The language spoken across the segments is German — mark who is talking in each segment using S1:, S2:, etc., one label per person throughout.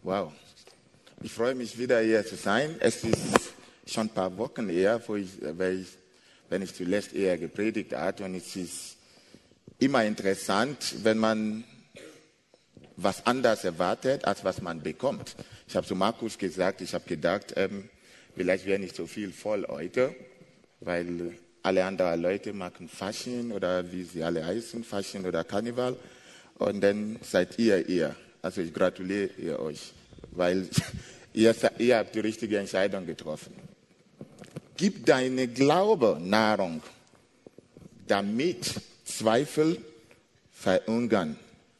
S1: Wow. Ich freue mich wieder hier zu sein. Es ist schon ein paar Wochen her, wenn ich zuletzt eher gepredigt habe. Und es ist immer interessant, wenn man was anderes erwartet, als was man bekommt. Ich habe zu Markus gesagt, ich habe gedacht, vielleicht wäre nicht so viel voll heute, weil alle anderen Leute machen Fasching oder wie sie alle heißen, Fasching oder Karneval. Und dann seid ihr. Also ich gratuliere euch, weil ihr habt die richtige Entscheidung getroffen. Gib deine Glaube Nahrung, damit Zweifel verhungern.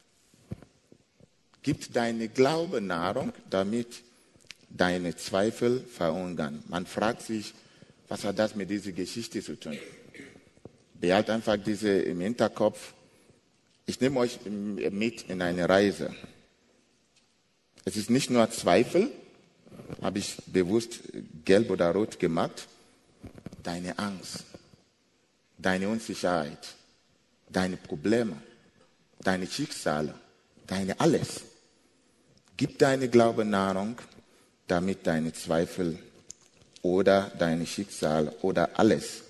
S1: Gib deine Glaube Nahrung, damit deine Zweifel verhungern. Man fragt sich, was hat das mit dieser Geschichte zu tun? Behalt einfach diese im Hinterkopf. Ich nehme euch mit in eine Reise. Es ist nicht nur Zweifel, habe ich bewusst gelb oder rot gemacht. Deine Angst, deine Unsicherheit, deine Probleme, deine Schicksale, deine alles. Gib deine Glaube Nahrung, damit deine Zweifel oder deine Schicksal oder alles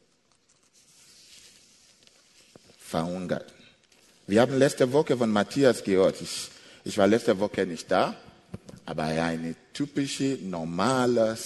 S1: verhungert. Wir haben letzte Woche von Matthias gehört. Ich war letzte Woche nicht da, aber eine typische, normale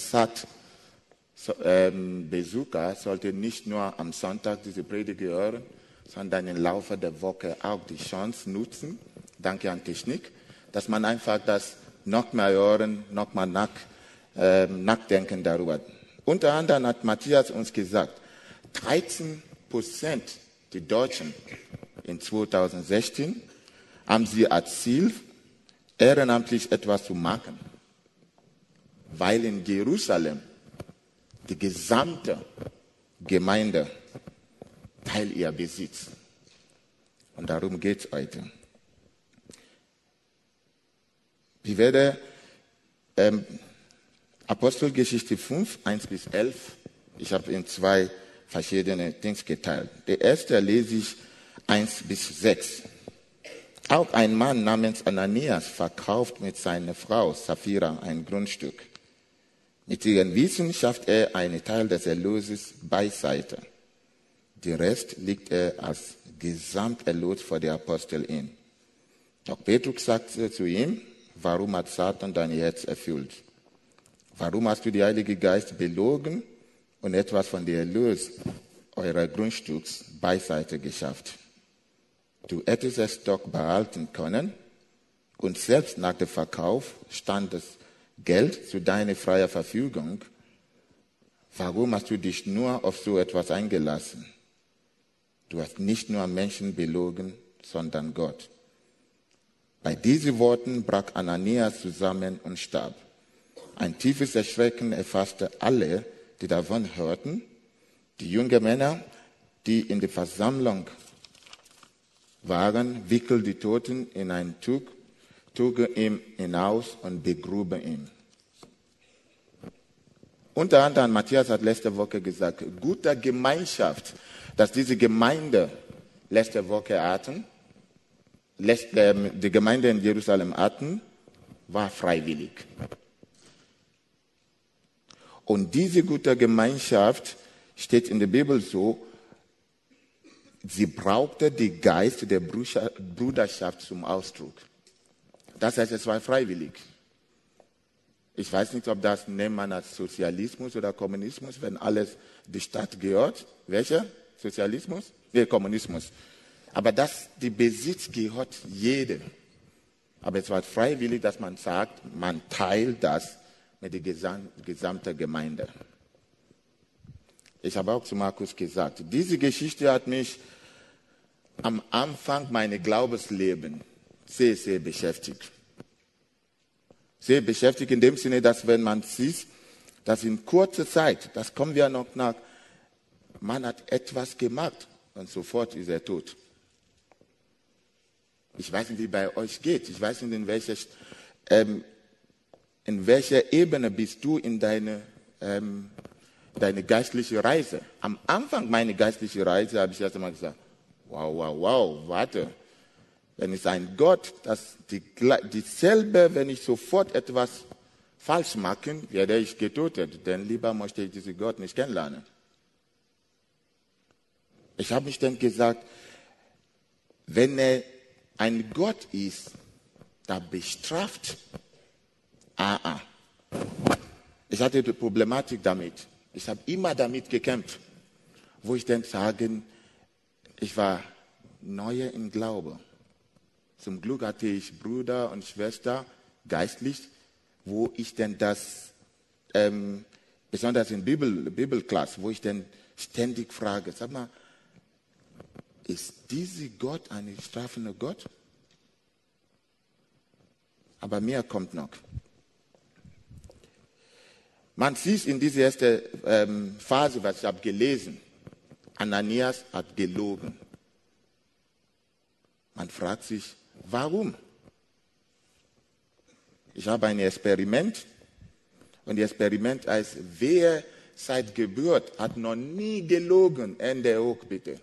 S1: Besucher sollte nicht nur am Sonntag diese Predigt hören, sondern im Laufe der Woche auch die Chance nutzen, danke an Technik, dass man einfach das noch mehr hören, noch mal nachdenken darüber. Unter anderem hat Matthias uns gesagt, 13% der Deutschen in 2016 haben sie als Ziel, ehrenamtlich etwas zu machen, weil in Jerusalem die gesamte Gemeinde Teil ihr Besitz. Und darum geht es heute. Ich werde Apostelgeschichte 5, 1-11, ich habe in 2 verschiedene Dinge geteilt. Der erste lese ich 1-6. Auch ein Mann namens Ananias verkauft mit seiner Frau Sapphira ein Grundstück. Mit ihrem Wissen schafft er einen Teil des Erlöses beiseite. Den Rest legt er als Gesamterlös vor die Apostel hin. Doch Petrus sagte zu ihm, warum hat Satan dein Herz erfüllt? Warum hast du den Heiligen Geist belogen und etwas von dem Erlös eurer Grundstücks beiseite geschafft? Du hättest es doch behalten können und selbst nach dem Verkauf stand das Geld zu deiner freien Verfügung. Warum hast du dich nur auf so etwas eingelassen? Du hast nicht nur Menschen belogen, sondern Gott. Bei diesen Worten brach Ananias zusammen und starb. Ein tiefes Erschrecken erfasste alle, die davon hörten. Die jungen Männer, die in der Versammlung waren, wickelten die Toten in ein Tuch, trugen ihn hinaus und begruben ihn. Unter anderem, Matthias hat letzte Woche gesagt, gute Gemeinschaft, dass diese Gemeinde letzte Woche hatten, die Gemeinde in Jerusalem hatten, war freiwillig. Und diese gute Gemeinschaft steht in der Bibel so, sie brauchte den Geist der Bruderschaft zum Ausdruck. Das heißt, es war freiwillig. Ich weiß nicht, ob das nennt man als Sozialismus oder Kommunismus, wenn alles die Stadt gehört. Welcher? Sozialismus? Nee, Kommunismus. Aber die Besitz gehört jedem. Aber es war freiwillig, dass man sagt, man teilt das mit der gesamten Gemeinde. Ich habe auch zu Markus gesagt, diese Geschichte hat mich am Anfang meines Glaubenslebens sehr, sehr beschäftigt. Sehr beschäftigt in dem Sinne, dass wenn man sieht, dass in kurzer Zeit, das kommen wir noch nach, man hat etwas gemacht und sofort ist er tot. Ich weiß nicht, wie bei euch geht. Ich weiß nicht, in welcher Ebene bist du in deine geistliche Reise. Am Anfang meiner geistlichen Reise habe ich erst einmal gesagt, wow, warte. wenn es ein Gott, das dieselbe, wenn ich sofort etwas falsch mache, werde ich getötet. Denn lieber möchte ich diesen Gott nicht kennenlernen. Ich habe mich dann gesagt, wenn er ein Gott ist, der bestraft, Ich hatte die Problematik damit. Ich habe immer damit gekämpft, wo ich dann sagen, ich war neu im Glauben. Zum Glück hatte ich Brüder und Schwester geistlich, wo ich dann das, besonders in Bibelklasse, wo ich dann ständig frage, sag mal, ist dieser Gott ein strafender Gott? Aber mehr kommt noch. Man sieht in dieser ersten Phase, was ich habe gelesen, Ananias hat gelogen. Man fragt sich, warum? Ich habe ein Experiment und das Experiment heißt, wer seit Geburt hat noch nie gelogen? Ende hoch, bitte.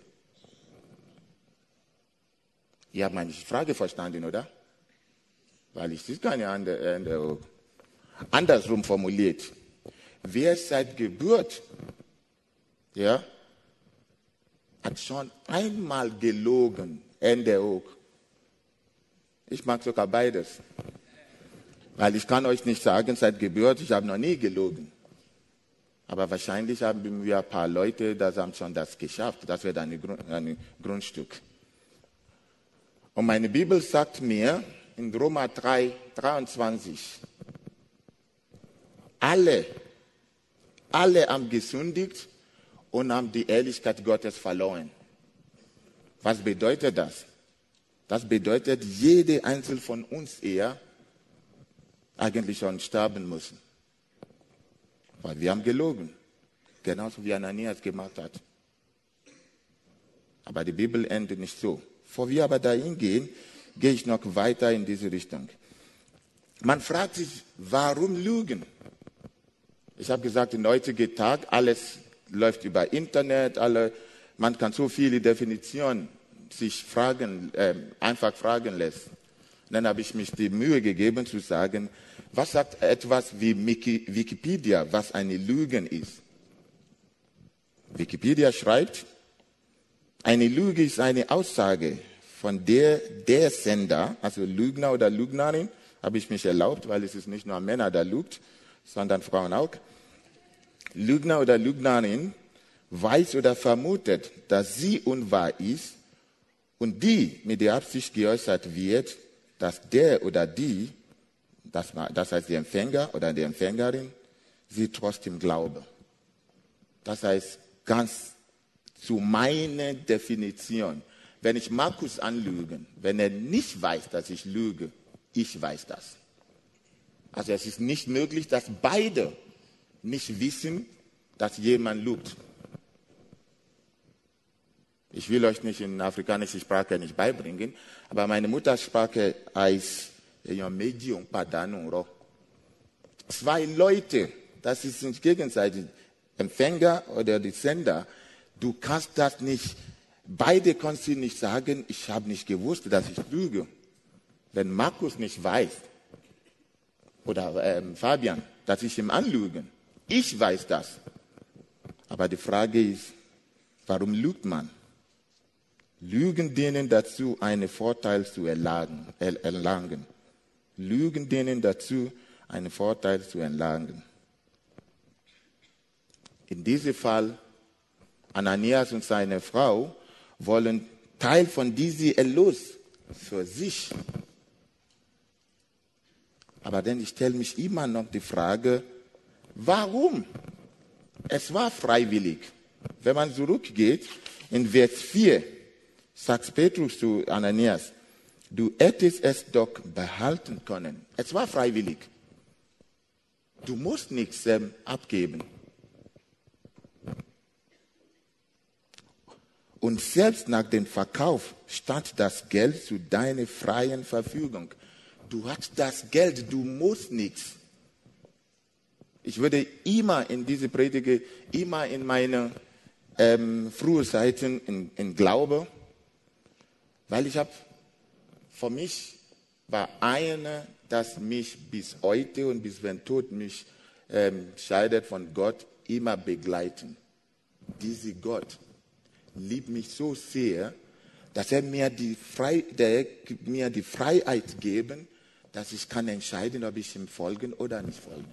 S1: Ihr habt meine Frage verstanden, oder? Weil ich sehe keine Ende hoch. Andersrum formuliert. Wer seit Geburt, ja, hat schon einmal gelogen, Ende hoch. Ich mag sogar beides. Weil ich kann euch nicht sagen, seit Geburt, ich habe noch nie gelogen. Aber wahrscheinlich haben wir ein paar Leute, die haben schon das geschafft. Das wird ein Grundstück. Und meine Bibel sagt mir in Römer 3, 23, alle haben gesündigt und haben die Ehrlichkeit Gottes verloren. Was bedeutet das? Das bedeutet, jede Einzelne von uns eigentlich schon sterben müssen. Weil wir haben gelogen. Genauso wie Ananias gemacht hat. Aber die Bibel endet nicht so. Bevor wir aber dahin gehen, gehe ich noch weiter in diese Richtung. Man fragt sich, warum lügen? Ich habe gesagt, in heutigen Tag, alles läuft über Internet, man kann so viele Definitionen sich einfach fragen lassen. Dann habe ich mich die Mühe gegeben zu sagen, was sagt etwas wie Wikipedia, was eine Lüge ist? Wikipedia schreibt, eine Lüge ist eine Aussage, von der Sender, also Lügner oder Lügnerin, habe ich mich erlaubt, weil es ist nicht nur Männer, der lügt, sondern Frauen auch. Lügner oder Lügnerin weiß oder vermutet, dass sie unwahr ist und die mit der Absicht geäußert wird, dass der oder die, das heißt der Empfänger oder die Empfängerin, sie trotzdem glaube. Das heißt, ganz zu meiner Definition, wenn ich Markus anlüge, wenn er nicht weiß, dass ich lüge, ich weiß das. Also es ist nicht möglich, dass beide nicht wissen, dass jemand lügt. Ich will euch nicht in afrikanische Sprache nicht beibringen, aber meine Muttersprache heißt zwei Leute, das ist nicht gegenseitig, Empfänger oder die Sender, du kannst das nicht, beide kannst du nicht sagen, ich habe nicht gewusst, dass ich lüge. Wenn Markus nicht weiß, oder Fabian, dass ich ihm anlüge, ich weiß das. Aber die Frage ist, warum lügt man? Lügen dienen dazu, einen Vorteil zu erlangen. Lügen dienen dazu, einen Vorteil zu erlangen. In diesem Fall, Ananias und seine Frau wollen Teil von diesem Erlös für sich. Aber dann stelle ich immer noch die Frage, warum? Es war freiwillig. Wenn man zurückgeht, in Vers 4, sagt Petrus zu Ananias, du hättest es doch behalten können. Es war freiwillig. Du musst nichts abgeben. Und selbst nach dem Verkauf stand das Geld zu deiner freien Verfügung. Du hast das Geld, du musst nichts. Ich würde immer in diese Predige, immer in meine frühen Zeiten in Glaube, weil ich habe für mich war eine, das mich bis heute und bis wenn Tod mich scheidet von Gott, immer begleiten. Dieser Gott liebt mich so sehr, dass er mir die Freiheit geben, dass ich kann entscheiden, ob ich ihm folgen oder nicht folgen.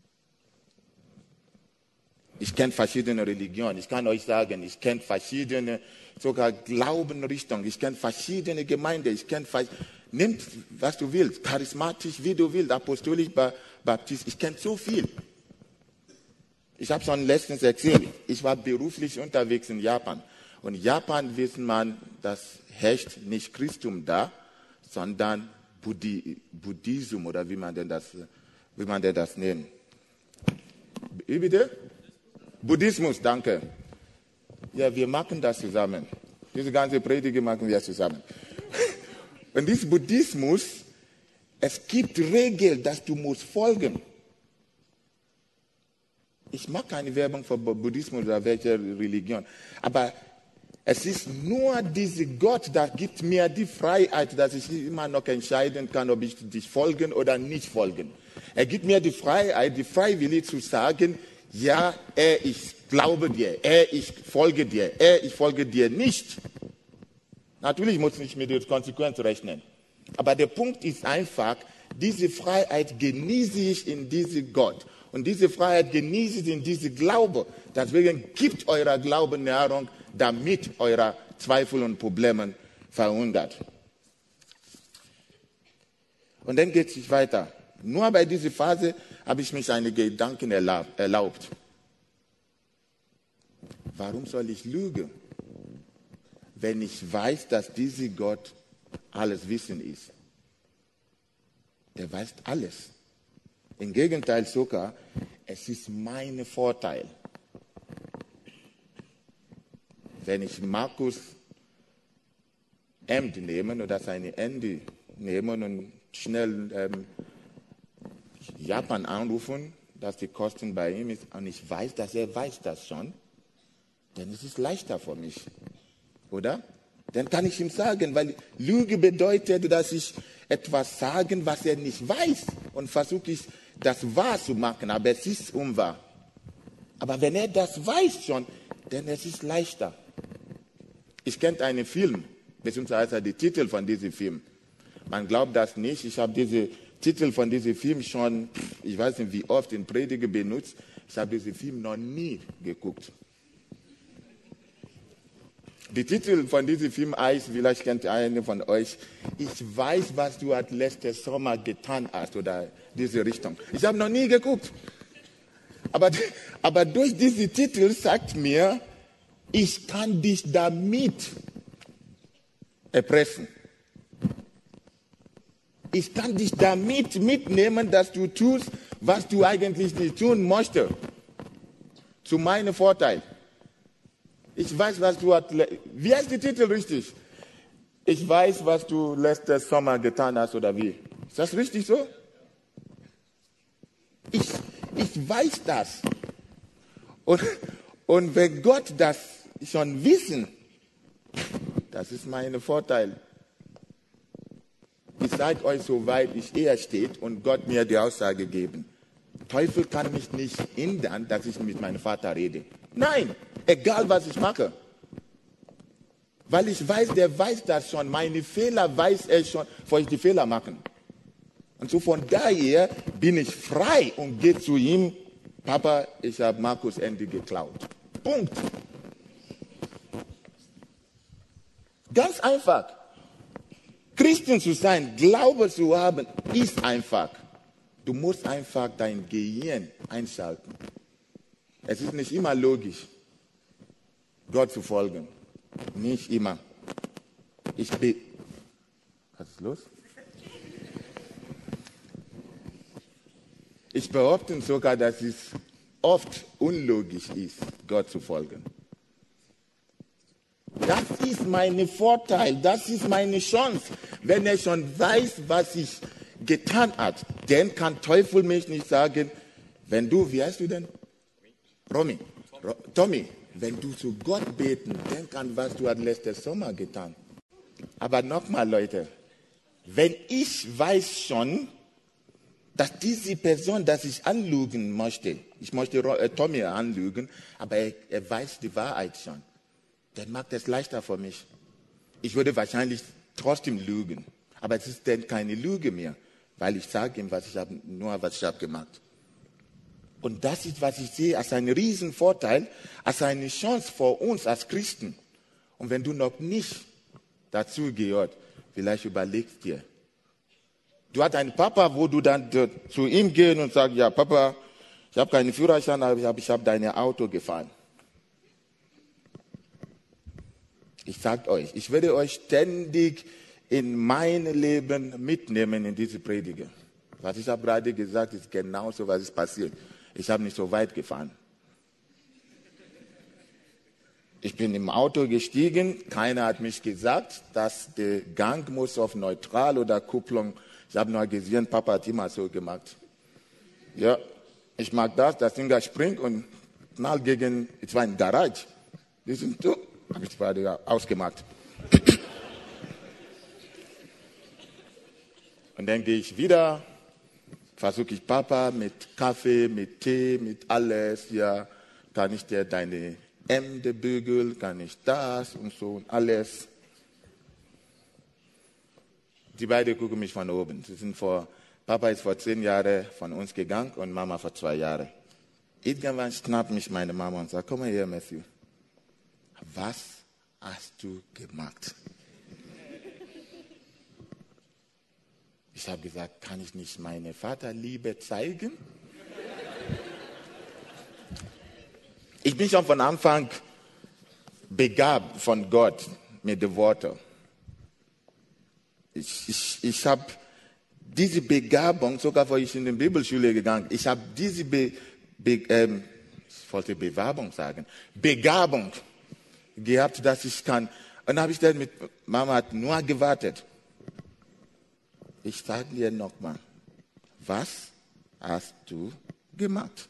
S1: Ich kenne verschiedene Religionen. Ich kann euch sagen, ich kenne verschiedene sogar Glaubenrichtungen. Ich kenne verschiedene Gemeinden. Nimmt, was du willst. Charismatisch, wie du willst. Apostolisch, Baptist. Ich kenne so viel. Ich habe schon letztens erzählt, ich war beruflich unterwegs in Japan. Und in Japan wissen man, das herrscht nicht Christum da, sondern Buddhismus oder wie man denn das nennt. Wie bitte? Buddhismus, danke. Ja, wir machen das zusammen. Diese ganze Predigt machen wir zusammen. Und dieser Buddhismus, es gibt Regeln, dass du musst folgen. Ich mag keine Werbung für Buddhismus oder welche Religion. Aber es ist nur dieser Gott, der gibt mir die Freiheit, dass ich immer noch entscheiden kann, ob ich dich folgen oder nicht folgen. Er gibt mir die Freiheit, die Freiwilligkeit zu sagen, ja, ich glaube dir, ich folge dir, ich folge dir nicht. Natürlich muss ich mit der Konsequenz rechnen. Aber der Punkt ist einfach, diese Freiheit genieße ich in diesem Gott. Und diese Freiheit genieße ich in diesem Glaube. Deswegen gibt eurer Glauben Nahrung, damit eure Zweifel und Probleme verhindert. Und dann geht es weiter. Nur bei dieser Phase habe ich mich einige Gedanken erlaubt. Warum soll ich lügen, wenn ich weiß, dass dieser Gott alles Wissen ist? Der weiß alles. Im Gegenteil sogar, es ist mein Vorteil. Wenn ich Markus Hemd nehme oder seine Handy nehmen und schnell Japan anrufen, dass die Kosten bei ihm ist, und ich weiß, dass er weiß das schon, dann ist es leichter für mich, oder? Dann kann ich ihm sagen, weil Lüge bedeutet, dass ich etwas sage, was er nicht weiß, und versuche ich, das wahr zu machen, aber es ist unwahr. Aber wenn er das weiß schon, dann ist es leichter. Ich kenne einen Film, beziehungsweise den Titel von diesem Film. Man glaubt das nicht, ich habe diesen Titel von diesem Film schon, ich weiß nicht wie oft in Predigen benutzt, ich habe diesen Film noch nie geguckt. Der Titel von diesem Film heißt, vielleicht kennt einer von euch, ich weiß, was du letzten Sommer getan hast, oder diese Richtung. Ich habe noch nie geguckt. Aber durch diesen Titel sagt mir, ich kann dich damit erpressen. Ich kann dich damit mitnehmen, dass du tust, was du eigentlich nicht tun möchtest. Zu meinem Vorteil. Ich weiß, was du hast. Wie heißt der Titel richtig? Ich weiß, was du letzten Sommer getan hast, oder wie? Ist das richtig so? Ich weiß das. Und wenn Gott das schon wissen, das ist mein Vorteil. Ich sage euch, soweit ich eher steht und Gott mir die Aussage geben. Teufel kann mich nicht hindern, dass ich mit meinem Vater rede. Nein, egal was ich mache. Weil ich weiß, der weiß das schon. Meine Fehler weiß er schon, bevor ich die Fehler mache. Und so von daher bin ich frei und gehe zu ihm. Papa, ich habe Markus Handy geklaut. Punkt. Ganz einfach. Christen zu sein, Glaube zu haben, ist einfach. Du musst einfach dein Gehirn einschalten. Es ist nicht immer logisch, Gott zu folgen. Nicht immer. Was ist los? Ich behaupte sogar, dass es oft unlogisch ist, Gott zu folgen. Das ist mein Vorteil, das ist meine Chance. Wenn er schon weiß, was ich getan habe, dann kann Teufel mich nicht sagen, wenn du, wie heißt du denn? Tommy, wenn du zu Gott beten, denk an, was du letzten Sommer getan. Aber nochmal, Leute, Wenn ich weiß schon, dass diese Person, dass ich anlügen möchte, ich möchte Tommy anlügen, aber er weiß die Wahrheit schon, dann macht es leichter für mich. Ich würde wahrscheinlich trotzdem lügen, aber es ist dann keine Lüge mehr, weil ich sage ihm, was ich habe gemacht. Und das ist, was ich sehe, als einen Riesenvorteil, als eine Chance für uns als Christen. Und wenn du noch nicht dazu gehört, vielleicht überlegst dir. Du hast einen Papa, wo du dann zu ihm gehen und sagst, ja Papa, ich habe keinen Führerschein, aber ich habe dein Auto gefahren. Ich sage euch, ich werde euch ständig in mein Leben mitnehmen in diese Predige. Was ich habe gerade gesagt, ist genauso, was ist passiert. Ich habe nicht so weit gefahren. Ich bin im Auto gestiegen, keiner hat mich gesagt, dass der Gang muss auf neutral oder Kupplung. Ich habe nur gesehen, Papa hat immer so gemacht. Ja, ich mag das Ding springt und knallt gegen, es war ein Garage. Die sind so, habe ich gerade ausgemacht. Und dann gehe ich wieder, versuche ich Papa mit Kaffee, mit Tee, mit alles, ja, kann ich dir deine Hemde bügeln, kann ich das und so und alles. Die beiden gucken mich von oben. Papa ist vor 10 Jahren von uns gegangen und Mama vor 2 Jahren. Irgendwann schnappt mich meine Mama und sagt, komm mal her, Matthew. Was hast du gemacht? Ich habe gesagt, kann ich nicht meine Vaterliebe zeigen? Ich bin schon von Anfang begabt von Gott mit den Worten. Ich habe diese Begabung, sogar wo ich in die Bibelschule gegangen bin, ich habe diese ich wollte Bewerbung sagen, Begabung gehabt, dass ich kann. Und dann habe ich dann mit Mama hat nur gewartet. Ich sage dir nochmal, was hast du gemacht?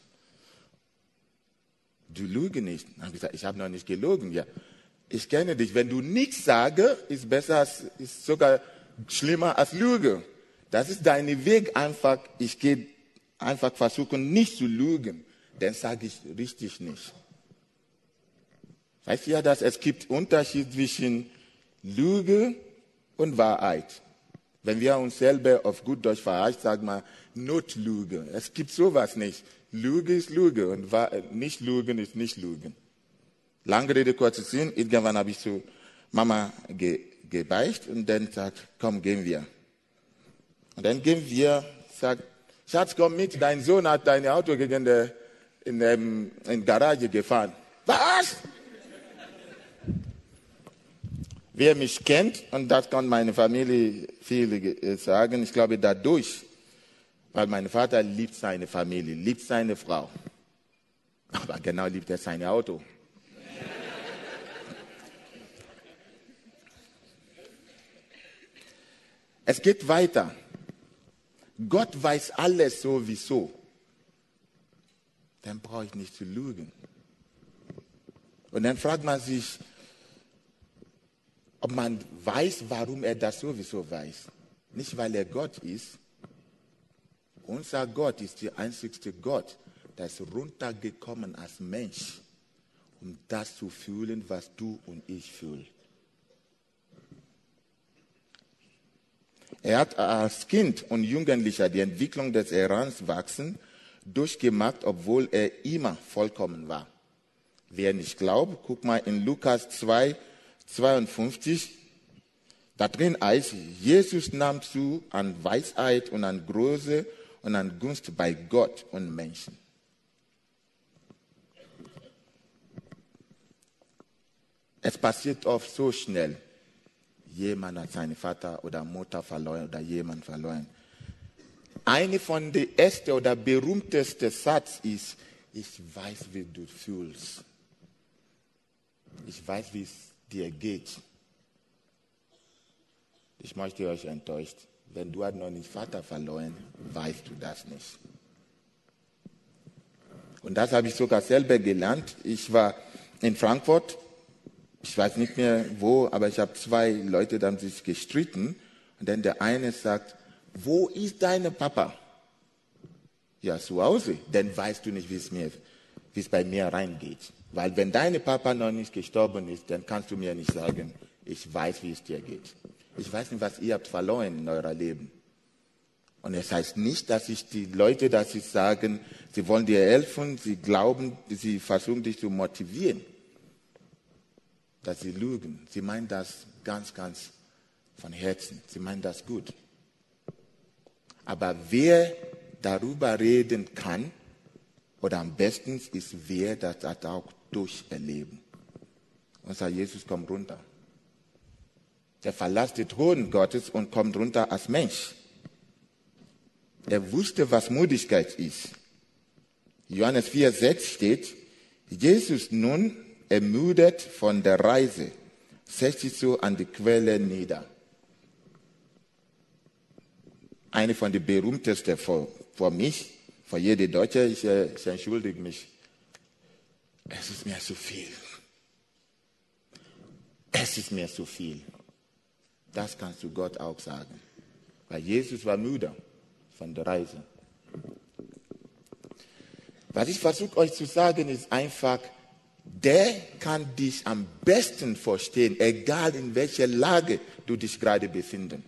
S1: Du lügst nicht. Dann habe ich gesagt, ich habe noch nicht gelogen. Ja, ich kenne dich. Wenn du nichts sagst, ist sogar schlimmer als Lüge. Das ist dein Weg einfach. Ich gehe einfach versuchen, nicht zu lügen. Dann sage ich richtig nicht. Weißt du ja, dass es gibt Unterschied zwischen Lüge und Wahrheit. Wenn wir uns selber auf gut Deutsch verarschen, sagen wir Notlüge. Es gibt sowas nicht. Lüge ist Lüge und nicht Lügen ist nicht Lügen. Lange Rede, kurzer Sinn. Irgendwann habe ich zu Mama gebeicht und dann sagt, komm, gehen wir. Und dann gehen wir, sagt, Schatz, komm mit, dein Sohn hat dein Auto gegen in Garage gefahren. Was? Wer mich kennt, und das kann meine Familie viele sagen, ich glaube dadurch, weil mein Vater liebt seine Familie, liebt seine Frau. Aber genau liebt er sein Auto. Es geht weiter. Gott weiß alles sowieso. Dann brauche ich nicht zu lügen. Und dann fragt man sich, ob man weiß, warum er das sowieso weiß. Nicht, weil er Gott ist. Unser Gott ist der einzigste Gott, der ist runtergekommen als Mensch, um das zu fühlen, was du und ich fühlen. Er hat als Kind und Jugendlicher die Entwicklung des Heranwachsens durchgemacht, obwohl er immer vollkommen war. Wer nicht glaubt, guck mal in Lukas 2,52. Da drin heißt, Jesus nahm zu an Weisheit und an Größe und an Gunst bei Gott und Menschen. Es passiert oft so schnell. Jemand hat seinen Vater oder Mutter verloren oder jemand verloren. Eine von den ersten oder berühmtesten Sätzen ist, ich weiß, wie du fühlst. Ich weiß, wie es dir geht. Ich möchte euch enttäuscht. Wenn du noch nicht Vater verloren, weißt du das nicht. Und das habe ich sogar selber gelernt. Ich war in Frankfurt. Ich weiß nicht mehr wo, aber ich habe 2 Leute, die haben sich gestritten. Und dann der eine sagt, wo ist dein Papa? Ja, zu Hause. Dann weißt du nicht, wie es bei mir reingeht. Weil wenn dein Papa noch nicht gestorben ist, dann kannst du mir nicht sagen, ich weiß, wie es dir geht. Ich weiß nicht, was ihr habt verloren in eurem Leben. Und es heißt nicht, dass die Leute, dass sie sagen, sie wollen dir helfen, sie glauben, sie versuchen dich zu motivieren, dass sie lügen. Sie meinen das ganz, ganz von Herzen. Sie meinen das gut. Aber wer darüber reden kann, oder am besten ist, wer das auch durcherleben. Unser Jesus kommt runter. Er verlässt den Thron Gottes und kommt runter als Mensch. Er wusste, was Müdigkeit ist. Johannes 4,6 steht, Jesus nun, ermüdet von der Reise, setzt sich so an die Quelle nieder. Eine von den berühmtesten für mich, für jede Deutsche, ich entschuldige mich. Es ist mir zu viel. Es ist mir zu viel. Das kannst du Gott auch sagen. Weil Jesus war müde von der Reise. Was ich versuche euch zu sagen, ist einfach, der kann dich am besten verstehen, egal in welcher Lage du dich gerade befindest.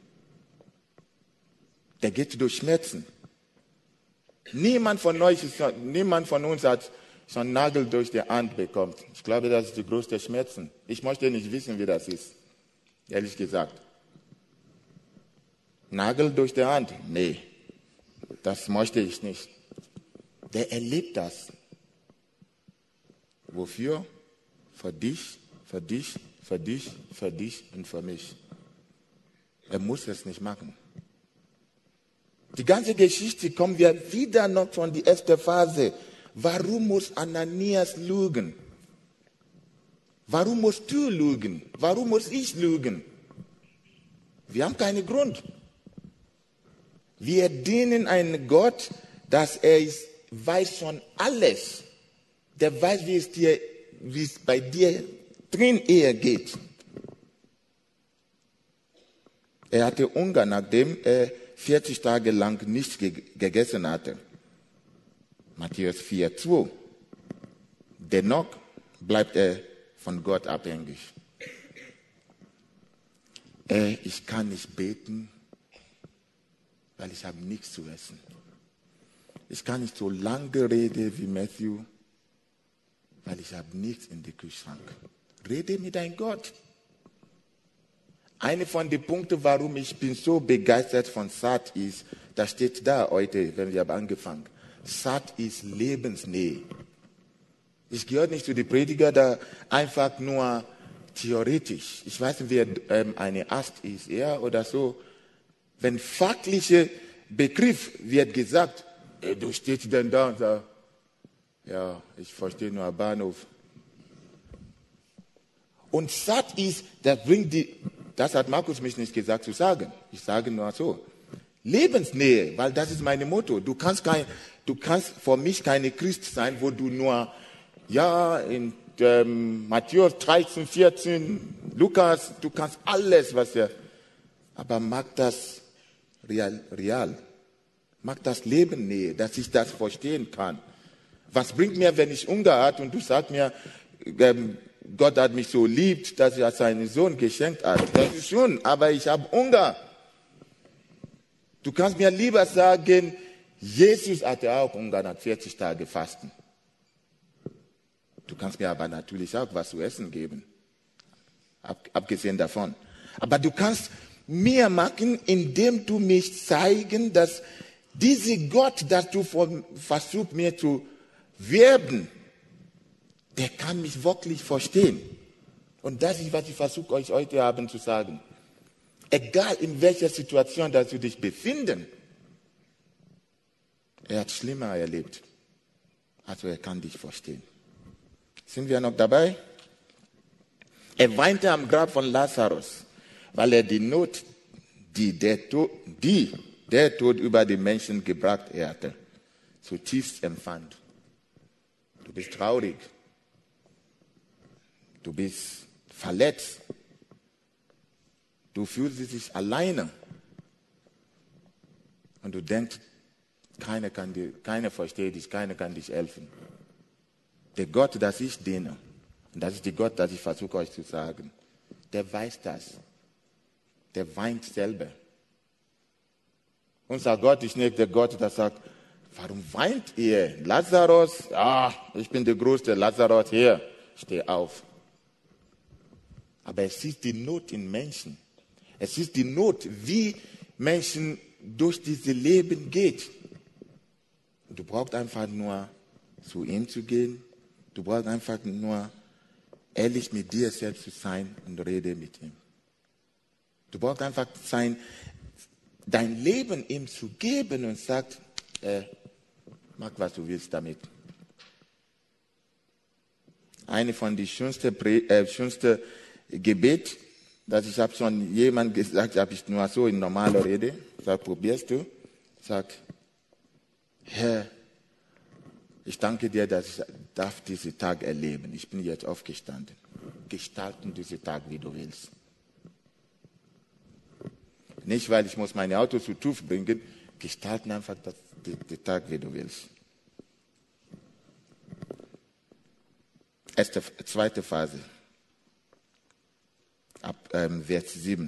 S1: Der geht durch Schmerzen. Niemand von uns hat so einen Nagel durch die Hand bekommen. Ich glaube, das ist die größte Schmerzen. Ich möchte nicht wissen, wie das ist. Ehrlich gesagt. Nagel durch die Hand? Nee. Das möchte ich nicht. Der erlebt das. Wofür? Für dich, für dich, für dich, für dich und für mich. Er muss es nicht machen. Die ganze Geschichte kommen wir wieder noch von der ersten Phase. Warum muss Ananias lügen? Warum musst du lügen? Warum muss ich lügen? Wir haben keinen Grund. Wir dienen einen Gott, dass weiß schon alles. Der weiß, wie es bei dir drin eher geht. Er hatte Hunger, nachdem er 40 Tage lang nichts gegessen hatte. Matthäus 4,2. Dennoch bleibt er von Gott abhängig. Ich kann nicht beten, weil ich habe nichts zu essen. Ich kann nicht so lange reden wie Matthew, weil ich habe nichts in den Kühlschrank. Rede mit deinem Gott. Einer von den Punkten, warum ich bin so begeistert von Saat ist, das steht da heute, wenn wir haben angefangen. Saat ist Lebensnähe. Ich gehöre nicht zu den Prediger, da einfach nur theoretisch. Ich weiß nicht, wer eine Ast ist, ja, oder so. Wenn fachlicher Begriff wird gesagt, du stehst denn da und sagst, ja, ich verstehe nur Bahnhof. Und Saat ist, das hat Markus mich nicht gesagt zu sagen. Ich sage nur so. Lebensnähe, weil das ist mein Motto. Du kannst für mich keine Christ sein, wo du nur, ja, in Matthäus 13, 14, Lukas, du kannst alles, aber mag das real. Mag das Leben Nähe, dass ich das verstehen kann. Was bringt mir, wenn ich Hunger habe und du sagst mir, Gott hat mich so liebt, dass er seinen Sohn geschenkt hat. Das ist schon, aber ich habe Hunger. Du kannst mir lieber sagen, Jesus hatte auch Hunger nach 40 Tagen Fasten. Du kannst mir aber natürlich auch was zu essen geben. Abgesehen davon. Aber du kannst mehr machen, indem du mich zeigen, dass dieser Gott, dass du versuchst mir zu werben, der kann mich wirklich verstehen. Und das ist, was ich versuche euch heute Abend zu sagen. Egal in welcher Situation dass du dich befindest, er hat Schlimmer erlebt. Also er kann dich verstehen. Sind wir noch dabei? Er weinte am Grab von Lazarus, weil er die Not, die der Tod über die Menschen gebracht hatte, zutiefst empfand. Du bist traurig. Du bist verletzt. Du fühlst dich alleine. und du denkst, keiner versteht dich, keiner kann dich helfen. Der Gott, das ich diene, und das ist der Gott, das ich versuche euch zu sagen, der weiß das. Der weint selber. Unser Gott ist nicht der Gott, der sagt, warum weint ihr? Lazarus, ich bin der größte Lazarus hier, steh auf. Aber es ist die Not in Menschen. Es ist die Not, wie Menschen durch dieses Leben geht. Du brauchst einfach nur zu ihm zu gehen. Du brauchst einfach nur ehrlich mit dir selbst zu sein und rede mit ihm. Du brauchst einfach dein Leben ihm zu geben und sagt, mach was du willst damit. Eine von den schönsten Gebet, das ich habe schon jemand gesagt, habe ich nur so in normaler Rede. Sag, probierst du? Sag, Herr, ich danke dir, dass ich diesen Tag erleben. Ich bin jetzt aufgestanden. Gestalten diesen Tag, wie du willst. Nicht, weil ich muss meine Auto zu TÜV bringen. Gestalten einfach den Tag, wie du willst. Zweite Phase. Ab Vers 7.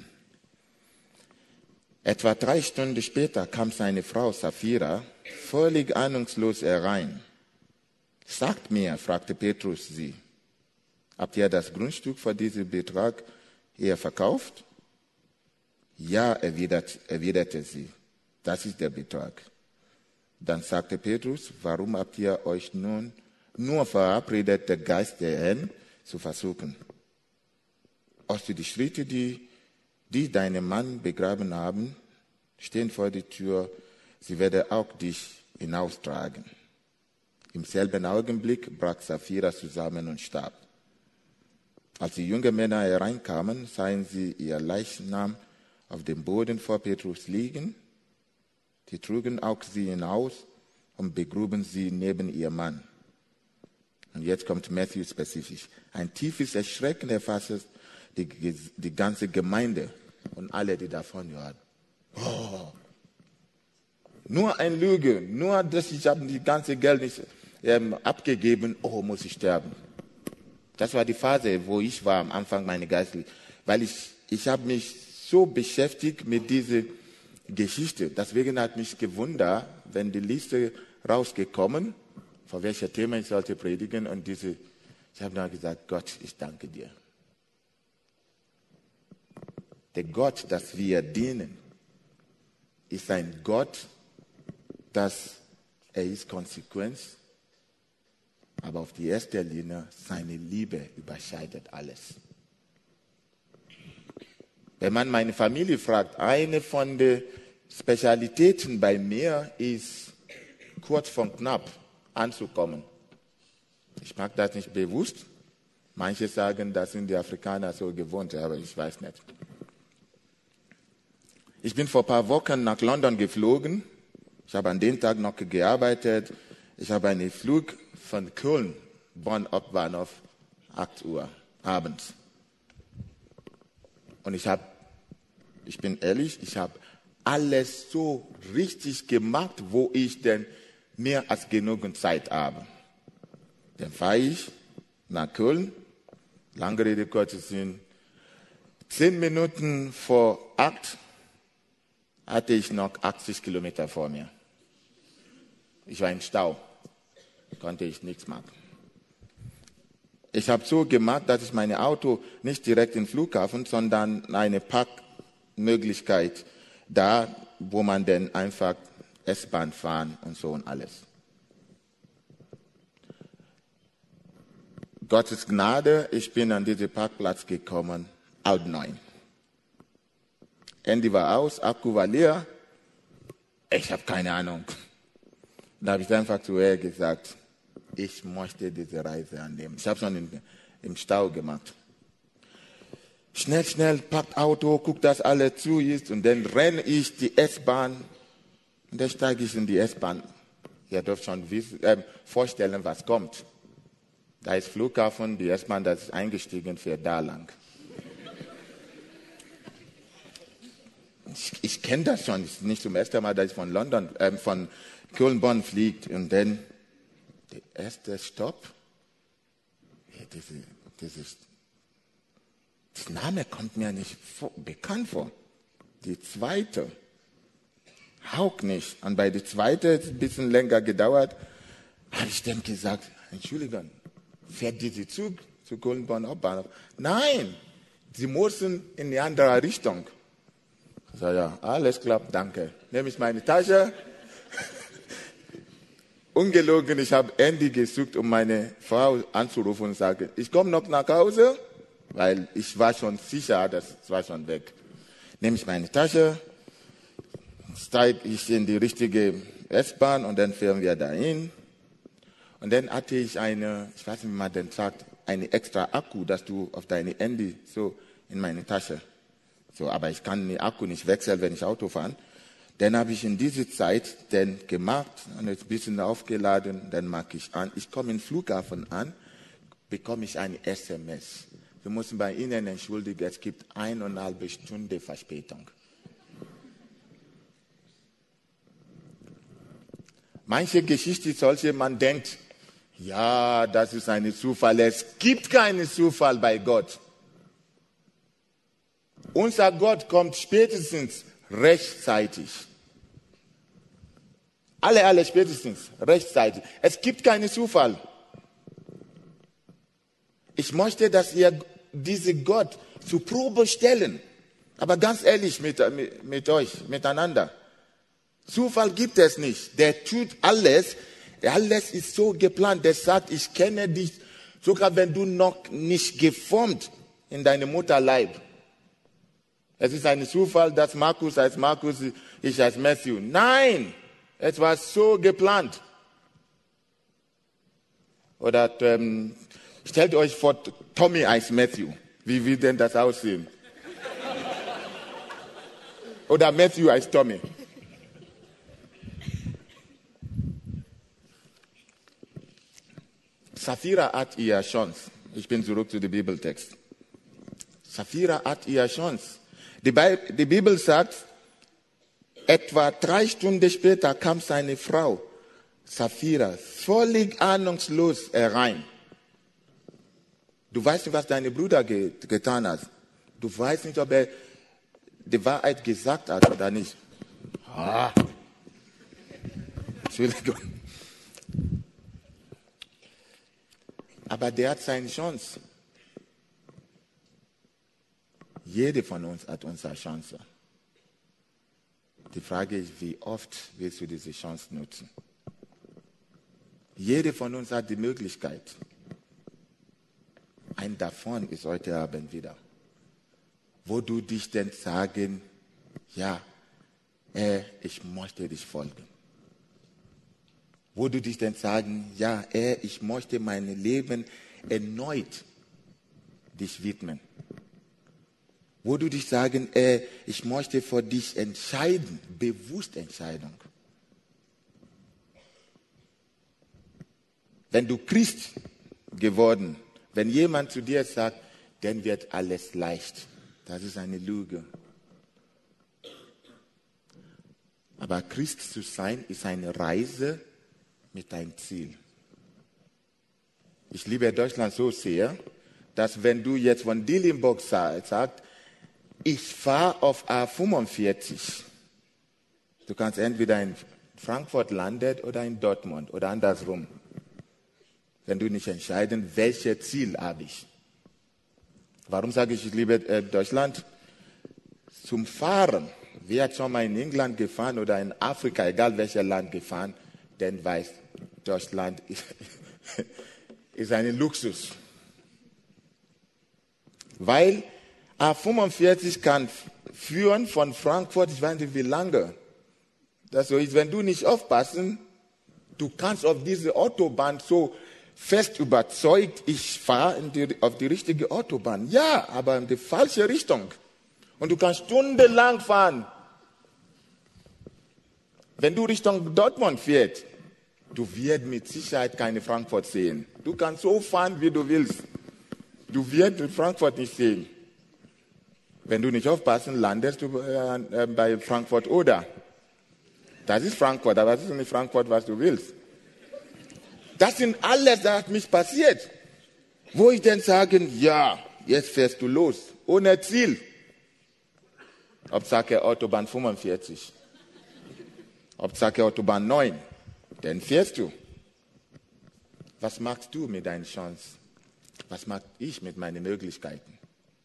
S1: Etwa 3 Stunden später kam seine Frau Sapphira völlig ahnungslos herein. Sagt mir, fragte Petrus sie, habt ihr das Grundstück für diesen Betrag hier verkauft? Ja, erwiderte sie, das ist der Betrag. Dann sagte Petrus, warum habt ihr euch nun nur verabredet, den Geist der Herrn zu versuchen? Hast du die Schritte, die deinen Mann begraben haben, stehen vor der Tür, sie werden auch dich hinaustragen. Im selben Augenblick brach Sapphira zusammen und starb. Als die jungen Männer hereinkamen, sahen sie ihr Leichnam auf dem Boden vor Petrus liegen. Sie trugen auch sie hinaus und begruben sie neben ihrem Mann. Und jetzt kommt Matthew spezifisch. Ein tiefes Erschrecken erfasste die ganze Gemeinde und alle, die davon hören. Oh, nur ein Lüge, nur dass ich habe die ganze Geld nicht abgegeben, muss ich sterben. Das war die Phase, wo ich war am Anfang meiner Geistlichen, weil ich habe mich so beschäftigt mit dieser Geschichte. Deswegen hat mich gewundert, wenn die Liste rausgekommen, vor welcher Thema ich sollte predigen und ich habe dann gesagt, Gott, ich danke dir. Der Gott, das wir dienen, ist ein Gott, er ist konsequent, aber auf die erste Linie, seine Liebe überschreitet alles. Wenn man meine Familie fragt, eine von den Spezialitäten bei mir ist, kurz vor knapp anzukommen. Ich mag das nicht bewusst. Manche sagen, das sind die Afrikaner so gewohnt, aber ich weiß nicht. Ich bin vor ein paar Wochen nach London geflogen. Ich habe an dem Tag noch gearbeitet. Ich habe einen Flug von Köln, Bonn Hauptbahnhof, 8 Uhr abends. Und ich bin ehrlich, ich habe alles so richtig gemacht, wo ich denn mehr als genug Zeit habe. Dann fahre ich nach Köln, lange Rede, kurzer Sinn, 10 Minuten vor 8 hatte ich noch 80 Kilometer vor mir. Ich war im Stau, konnte ich nichts machen. Ich habe so gemacht, dass ich mein Auto nicht direkt im Flughafen, sondern eine Parkmöglichkeit da, wo man dann einfach S-Bahn fahren und so und alles. Gottes Gnade, ich bin an diesen Parkplatz gekommen, 8:09. Handy war aus, Akku war leer. Ich habe keine Ahnung. Da habe ich einfach zu ihr gesagt, ich möchte diese Reise annehmen. Ich habe schon im Stau gemacht. Schnell, packt Auto, guckt, dass alles zu ist und dann renne ich die S-Bahn und dann steige ich in die S-Bahn. Ihr dürft schon vorstellen, was kommt. Da ist Flughafen, die S-Bahn, das ist eingestiegen, fährt da lang. ich kenne das schon. Es ist nicht zum ersten Mal, dass ich von Köln-Bonn fliege. Und dann der erste Stopp. Das Name kommt mir nicht bekannt vor. Die zweite. Auch nicht. Und bei der zweiten, ist ein bisschen länger gedauert, habe ich dann gesagt, Entschuldigung, fährt dieser Zug zu Köln-Bonn Hauptbahnhof? Nein, Sie müssen in die andere Richtung. Ich sage, ja, alles klappt, danke. Nehme ich meine Tasche. Ungelogen, ich habe Andy gesucht, um meine Frau anzurufen und sage, ich komme noch nach Hause, weil ich war schon sicher, das war schon weg. Nehme ich meine Tasche, steige ich in die richtige S-Bahn und dann fahren wir dahin. Und dann hatte ich ich weiß nicht, wie man denn sagt, eine extra Akku, dass du auf deine Handy so in meine Tasche. So, aber ich kann den Akku nicht wechseln, wenn ich Auto fahre. Dann habe ich in dieser Zeit dann gemacht und ein bisschen aufgeladen, dann mache ich an. Ich komme im Flughafen an, bekomme ich eine SMS. Wir müssen bei Ihnen entschuldigen, es gibt 1,5 Stunden Verspätung. Manche Geschichte ist solche, man denkt, ja, das ist ein Zufall. Es gibt keinen Zufall bei Gott. Unser Gott kommt spätestens rechtzeitig. Alle spätestens rechtzeitig. Es gibt keinen Zufall. Ich möchte, dass ihr diesen Gott zur Probe stellen. Aber ganz ehrlich mit euch, miteinander. Zufall gibt es nicht. Der tut alles. Alles ist so geplant. Der sagt, ich kenne dich, sogar wenn du noch nicht geformt in deinem Mutterleib. Es ist ein Zufall, dass Markus heißt Markus, ich heiße Matthew. Nein, es war so geplant. Oder stellt euch vor, Tommy heißt Matthew. Wie wird denn das aussehen? Oder Matthew heißt Tommy. Sapphira hat ihre Chance. Ich bin zurück zu dem Bibeltext. Sapphira hat ihre Chance. Die Bibel sagt, etwa 3 Stunden später kam seine Frau, Sapphira, völlig ahnungslos herein. Du weißt nicht, was dein Bruder getan hat. Du weißt nicht, ob er die Wahrheit gesagt hat oder nicht. Entschuldigung. Aber der hat seine Chance. Jeder von uns hat unsere Chance. Die Frage ist, wie oft willst du diese Chance nutzen? Jeder von uns hat die Möglichkeit. Ein davon ist heute Abend wieder. Wo du dich denn sagen, ja, ich möchte dich folgen. Wo du dich denn sagen, ja, ich möchte mein Leben erneut dich widmen. Wo du dich sagen, ich möchte für dich entscheiden, bewusst Entscheidung. Wenn du Christ geworden, wenn jemand zu dir sagt, dann wird alles leicht. Das ist eine Lüge. Aber Christ zu sein, ist eine Reise mit einem Ziel. Ich liebe Deutschland so sehr, dass wenn du jetzt von Dillenburg sagst, ich fahre auf A45, du kannst entweder in Frankfurt landen oder in Dortmund oder andersrum. Wenn du nicht entscheiden, welches Ziel habe ich. Warum sage ich liebe Deutschland? Zum Fahren. Wer hat schon mal in England gefahren oder in Afrika, egal welches Land gefahren, dann weiß, Deutschland ist ein Luxus. Weil A45 kann führen von Frankfurt, ich weiß nicht wie lange. Das so ist, wenn du nicht aufpassen, du kannst auf diese Autobahn so fest überzeugt, ich fahre auf die richtige Autobahn. Ja, aber in die falsche Richtung. Und du kannst stundenlang fahren. Wenn du Richtung Dortmund fährst, du wirst mit Sicherheit keine Frankfurt sehen. Du kannst so fahren, wie du willst. Du wirst Frankfurt nicht sehen. Wenn du nicht aufpassen, landest du bei Frankfurt Oder. Das ist Frankfurt, aber das ist nicht Frankfurt, was du willst. Das sind alles, das mich passiert. Wo ich dann sage, ja, jetzt fährst du los, ohne Ziel. Hauptsache Autobahn 45. Hauptsache Autobahn 9. Dann fährst du. Was machst du mit deinen Chancen? Was mache ich mit meinen Möglichkeiten?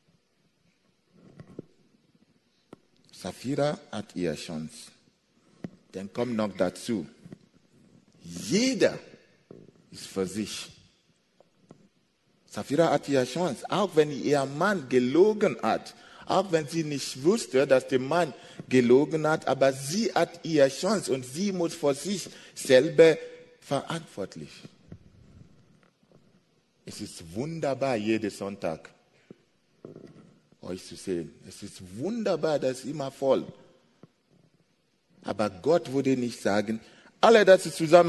S1: Sapphira hat ihre Chance. Dann kommt noch dazu, jeder ist für sich. Sapphira hat ihre Chance, auch wenn ihr Mann gelogen hat, auch wenn sie nicht wusste, dass der Mann gelogen hat, aber sie hat ihre Chance und sie muss für sich selber verantwortlich. Es ist wunderbar, jeden Sonntag euch zu sehen. Es ist wunderbar, das ist immer voll. Aber Gott würde nicht sagen, alle, das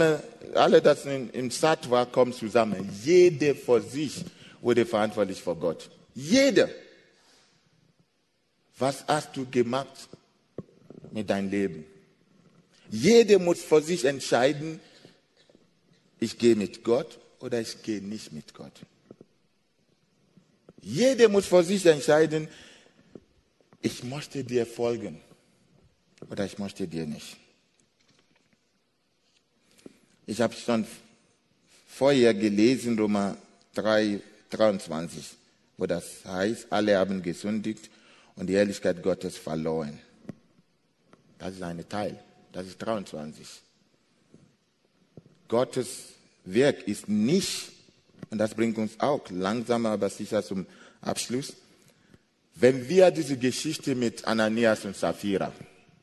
S1: im Satt war, kommen zusammen. Jeder für sich wurde verantwortlich vor Gott. Jeder. Was hast du gemacht mit deinem Leben? Jeder muss für sich entscheiden, ich gehe mit Gott oder ich gehe nicht mit Gott. Jeder muss für sich entscheiden, ich möchte dir folgen oder ich möchte dir nicht. Ich habe schon vorher gelesen, Römer 3, 23, wo das heißt, alle haben gesündigt und die Herrlichkeit Gottes verloren. Das ist ein Teil, das ist 23. Gottes Werk ist nicht, und das bringt uns auch langsam, aber sicher zum Abschluss, wenn wir diese Geschichte mit Ananias und Sapphira,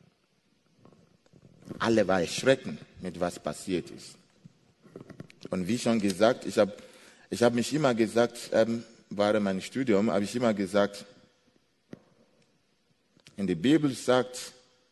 S1: alle waren erschrocken, mit was passiert ist. Und wie schon gesagt, ich hab mich immer gesagt, während meinem Studium, habe ich immer gesagt, in der Bibel sagt,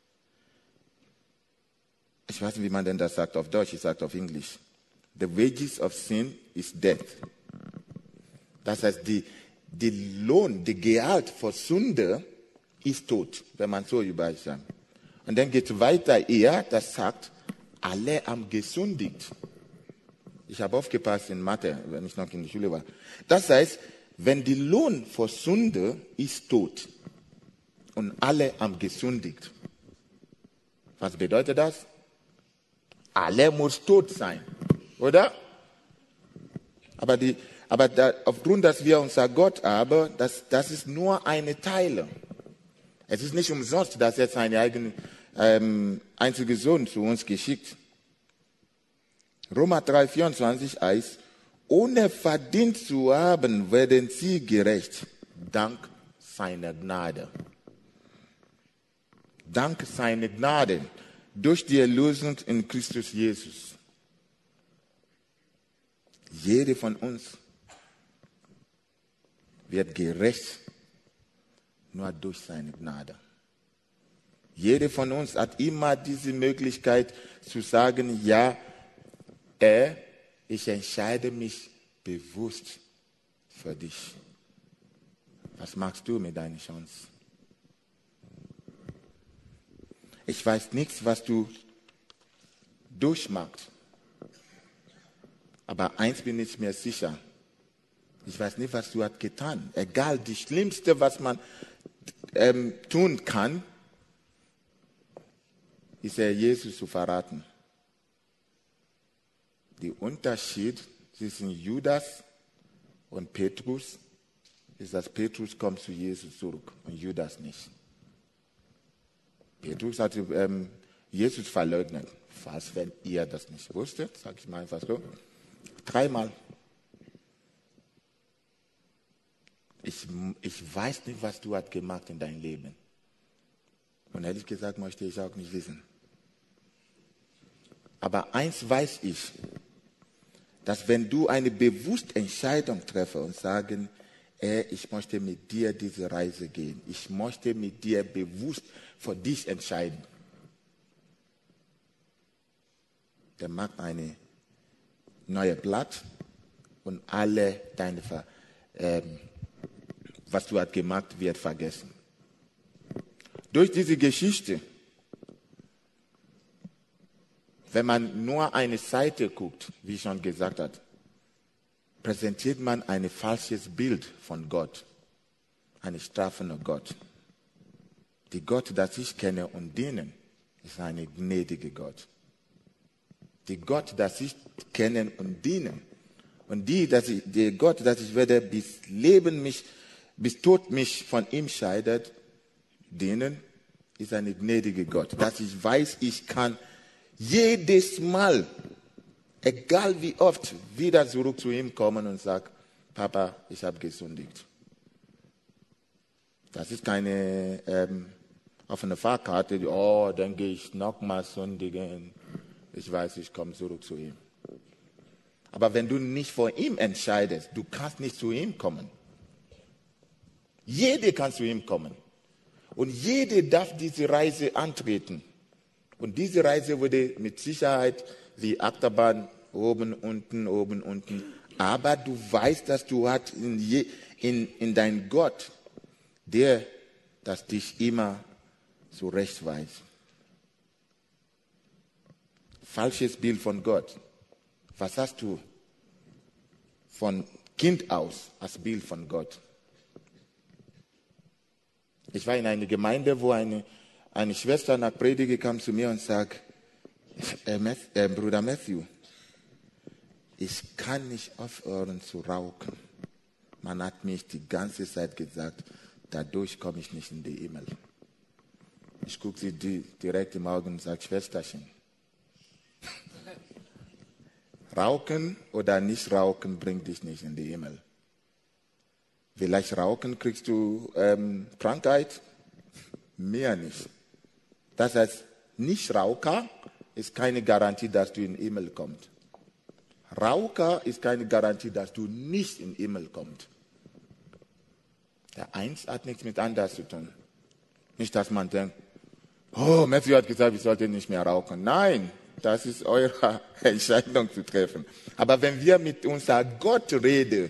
S1: ich weiß nicht, wie man denn das sagt auf Deutsch, ich sage auf Englisch, the wages of sin is death. Das heißt, der Lohn, der Gehalt für Sünde ist Tod, wenn man so übersetzt. Und dann geht es weiter eher, das sagt, alle haben gesündigt. Ich habe aufgepasst in Mathe, wenn ich noch in der Schule war. Das heißt, wenn der Lohn für Sünde ist Tod und alle haben gesündigt. Was bedeutet das? Alle muss tot sein, oder? Aber aufgrund, dass wir unser Gott haben, das ist nur eine Teil. Es ist nicht umsonst, dass er seinen eigenen einzigen Sohn zu uns geschickt. Römer 3, 24 heißt, ohne verdient zu haben, werden sie gerecht, dank seiner Gnade. Dank seiner Gnade, durch die Erlösung in Christus Jesus. Jeder von uns wird gerecht, nur durch seine Gnade. Jeder von uns hat immer diese Möglichkeit zu sagen, ja, ich entscheide mich bewusst für dich. Was machst du mit deiner Chance? Ich weiß nichts, was du durchmachst. Aber eins bin ich mir sicher. Ich weiß nicht, was du hast getan. Egal, das Schlimmste, was man tun kann, ist Jesus zu verraten. Der Unterschied zwischen Judas und Petrus ist, dass Petrus kommt zu Jesus zurück und Judas nicht. Petrus hat Jesus verleugnet. Falls wenn ihr das nicht wusstet, sage ich mal einfach so, 3-mal. Ich weiß nicht, was du hast gemacht in deinem Leben. Und ehrlich gesagt möchte ich auch nicht wissen. Aber eins weiß ich, dass wenn du eine bewusste Entscheidung triffst und sagen, ich möchte mit dir diese Reise gehen, ich möchte mit dir bewusst für dich entscheiden, dann macht eine neue Blatt und alle deine, was du hast gemacht, wird vergessen. Durch diese Geschichte, wenn man nur eine Seite guckt, wie schon gesagt hat, präsentiert man ein falsches Bild von Gott, einen strafenden Gott. Die Gott, das ich kenne und diene, ist ein gnädiger Gott. Die Gott, das ich kenne und diene, und der Gott, das ich werde bis Tod mich von ihm scheidet, dienen, ist ein gnädiger Gott. Dass ich weiß, ich kann jedes Mal, egal wie oft, wieder zurück zu ihm kommen und sagen, Papa, ich habe gesündigt. Das ist keine offene Fahrkarte, dann gehe ich nochmal sündigen. Ich weiß, ich komme zurück zu ihm. Aber wenn du nicht vor ihm entscheidest, du kannst nicht zu ihm kommen. Jeder kann zu ihm kommen. Und jeder darf diese Reise antreten. Und diese Reise wurde mit Sicherheit wie Achterbahn oben, unten. Aber du weißt, dass du hast in dein Gott, der, das dich immer zurechtweist. Falsches Bild von Gott. Was hast du von Kind aus als Bild von Gott? Ich war in einer Gemeinde, wo eine Schwester nach Predigt kam zu mir und sagte, Bruder Matthew, ich kann nicht aufhören zu rauchen. Man hat mich die ganze Zeit gesagt, dadurch komme ich nicht in die Himmel. Ich gucke sie direkt im Auge und sage, Schwesterchen, Rauchen oder nicht rauchen bringt dich nicht in den Himmel. Vielleicht rauchen kriegst du Krankheit, mehr nicht. Das heißt, Nichtraucher ist keine Garantie, dass du in den Himmel kommst. Raucher ist keine Garantie, dass du nicht in den Himmel kommst. Der Eins hat nichts mit anders zu tun. Nicht, dass man denkt, Matthew hat gesagt, ich sollte nicht mehr rauchen. Nein, das ist eure Entscheidung zu treffen. Aber wenn wir mit unserem Gott reden,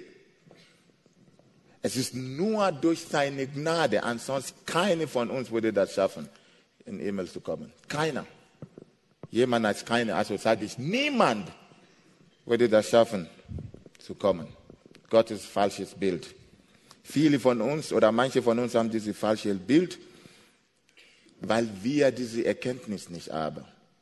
S1: es ist nur durch seine Gnade, ansonsten keiner von uns würde das schaffen, in den Himmel zu kommen. Keiner. Jemand als keiner, also sage ich, niemand würde das schaffen, zu kommen. Gottes falsches Bild. Viele von uns oder manche von uns haben dieses falsche Bild, weil wir diese Erkenntnis nicht haben.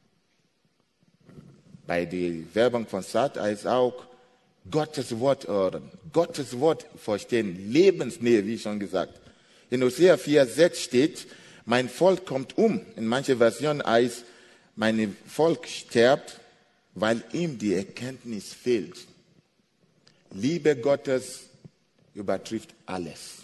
S1: Bei der Werbung von Sat heißt auch, Gottes Wort hören, Gottes Wort verstehen, Lebensnähe, wie schon gesagt. In Hosea 4,6 steht, mein Volk kommt um. In manchen Versionen heißt, mein Volk stirbt, weil ihm die Erkenntnis fehlt. Liebe Gottes übertrifft alles.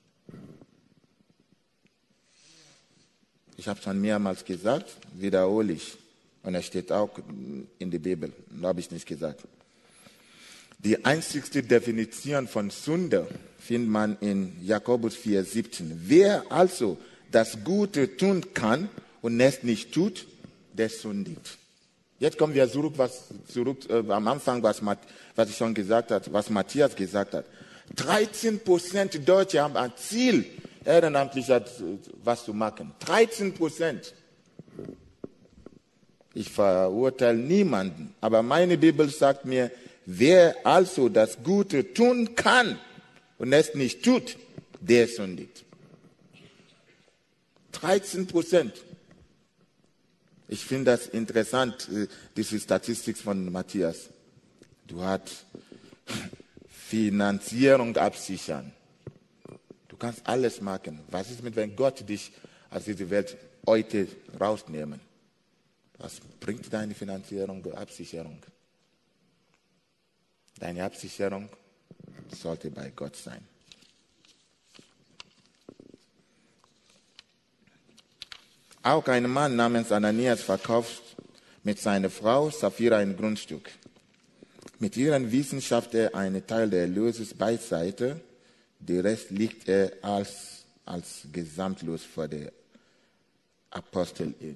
S1: Ich habe es schon mehrmals gesagt, wiederhole ich. Und es steht auch in der Bibel, da habe ich nicht gesagt. Die einzigste Definition von Sünde findet man in Jakobus 4,17. Wer also das Gute tun kann und es nicht tut, der sündigt. Jetzt kommen wir zurück am Anfang, was ich schon gesagt habe, was Matthias gesagt hat. 13% Deutsche haben ein Ziel, ehrenamtlich was zu machen. 13%. Ich verurteile niemanden, aber meine Bibel sagt mir, wer also das Gute tun kann und es nicht tut, der sündigt. 13%. Ich finde das interessant, diese Statistik von Matthias. Du hast Finanzierung absichern. Du kannst alles machen. Was ist mit, wenn Gott dich aus dieser Welt heute rausnehmen? Was bringt deine Finanzierung, Absicherung? Deine Absicherung sollte bei Gott sein. Auch ein Mann namens Ananias verkauft mit seiner Frau Sapphira ein Grundstück. Mit ihrem Wissen schafft er einen Teil der Erlöses beiseite, der Rest liegt er als gesamtlos vor der Apostel in.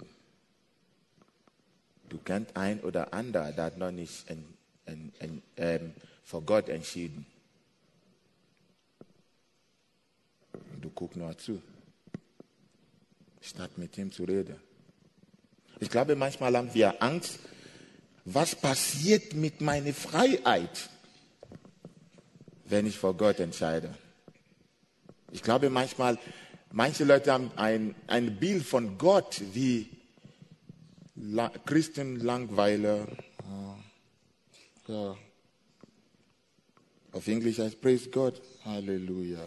S1: Du kennst ein oder andere, der hat noch nicht vor Gott entschieden. Du guckst nur zu. statt mit ihm zu reden. Ich glaube, manchmal haben wir Angst, was passiert mit meiner Freiheit, wenn ich vor Gott entscheide. Ich glaube, manche Leute haben ein Bild von Gott wie Christen, Langweiler. Ja. Auf Englisch heißt Praise God. Halleluja.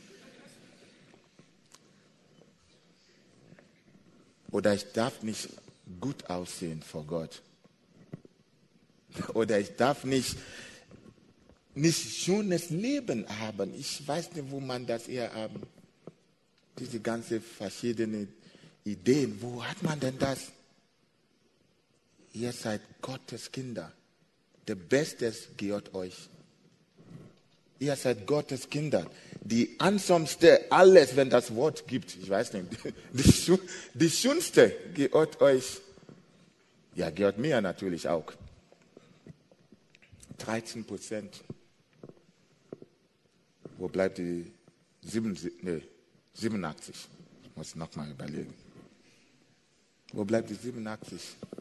S1: Oder ich darf nicht gut aussehen vor Gott. Oder ich darf nicht schönes Leben haben. Ich weiß nicht, wo man das eher haben. Diese ganzen verschiedenen Ideen. Wo hat man denn das? Ihr seid Gottes Kinder. Der Bestes gehört euch. Ihr seid Gottes Kinder. Die ansamste, alles, wenn das Wort gibt, ich weiß nicht, die schönste gehört euch. Ja, gehört mir natürlich auch. 13%. Wo bleibt die 87? Ich muss nochmal überlegen. Wo bleibt die 87?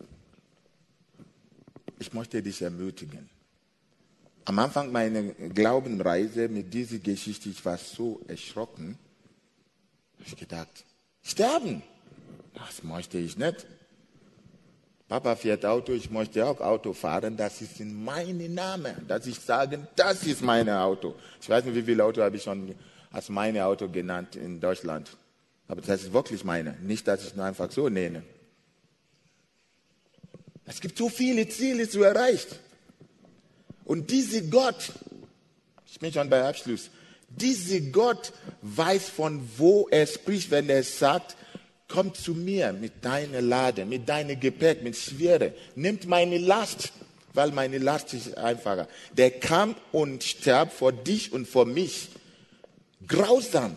S1: Ich möchte dich ermutigen. Am Anfang meiner Glaubenreise mit dieser Geschichte, ich war so erschrocken. Ich gedacht, sterben, das möchte ich nicht. Papa fährt Auto, ich möchte auch Auto fahren, das ist in meinem Namen, dass ich sage, das ist mein Auto. Ich weiß nicht, wie viele Auto habe ich schon als mein Auto genannt in Deutschland. Aber das ist wirklich meine, nicht, dass ich nur einfach so nenne. Es gibt so viele Ziele zu erreichen. Und dieser Gott, ich bin schon bei Abschluss, dieser Gott weiß, von wo er spricht, wenn er sagt, komm zu mir mit deiner Lade, mit deinem Gepäck, mit Schwere. Nimmt meine Last, weil meine Last ist einfacher. Der kam und starb vor dich und vor mich. Grausam.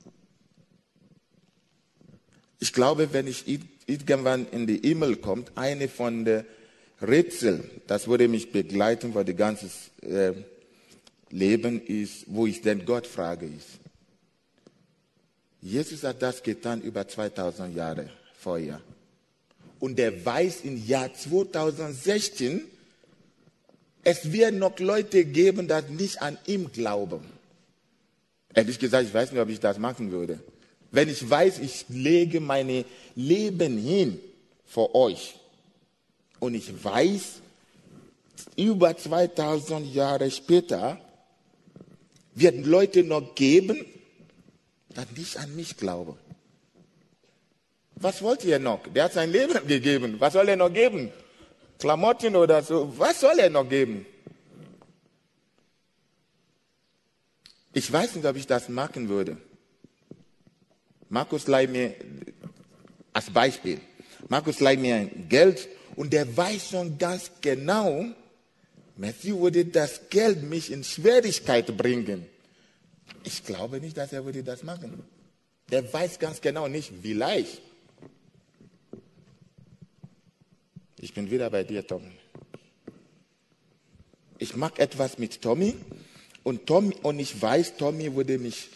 S1: Ich glaube, wenn ich irgendwann in die Himmel komme, eine von den Rätsel, das würde mich begleiten für das ganze Leben, ist, wo ich denn Gott frage, ist. Jesus hat das getan über 2000 Jahre vorher. Und er weiß im Jahr 2016, es wird noch Leute geben, die nicht an ihn glauben. Ehrlich gesagt, ich weiß nicht, ob ich das machen würde. Wenn ich weiß, ich lege mein Leben hin für euch. Und ich weiß, über 2000 Jahre später wird Leute noch geben, die nicht an mich glauben. Was wollt ihr noch? Der hat sein Leben gegeben. Was soll er noch geben? Klamotten oder so? Was soll er noch geben? Ich weiß nicht, ob ich das machen würde. Markus leiht mir, als Beispiel, Markus leiht mir Geld und der weiß schon ganz genau, Matthew würde das Geld mich in Schwierigkeit bringen. Ich glaube nicht, dass er würde das machen. Der weiß ganz genau nicht, vielleicht. Ich bin wieder bei dir, Tommy. Ich mag etwas mit Tommy und ich weiß, Tommy würde mich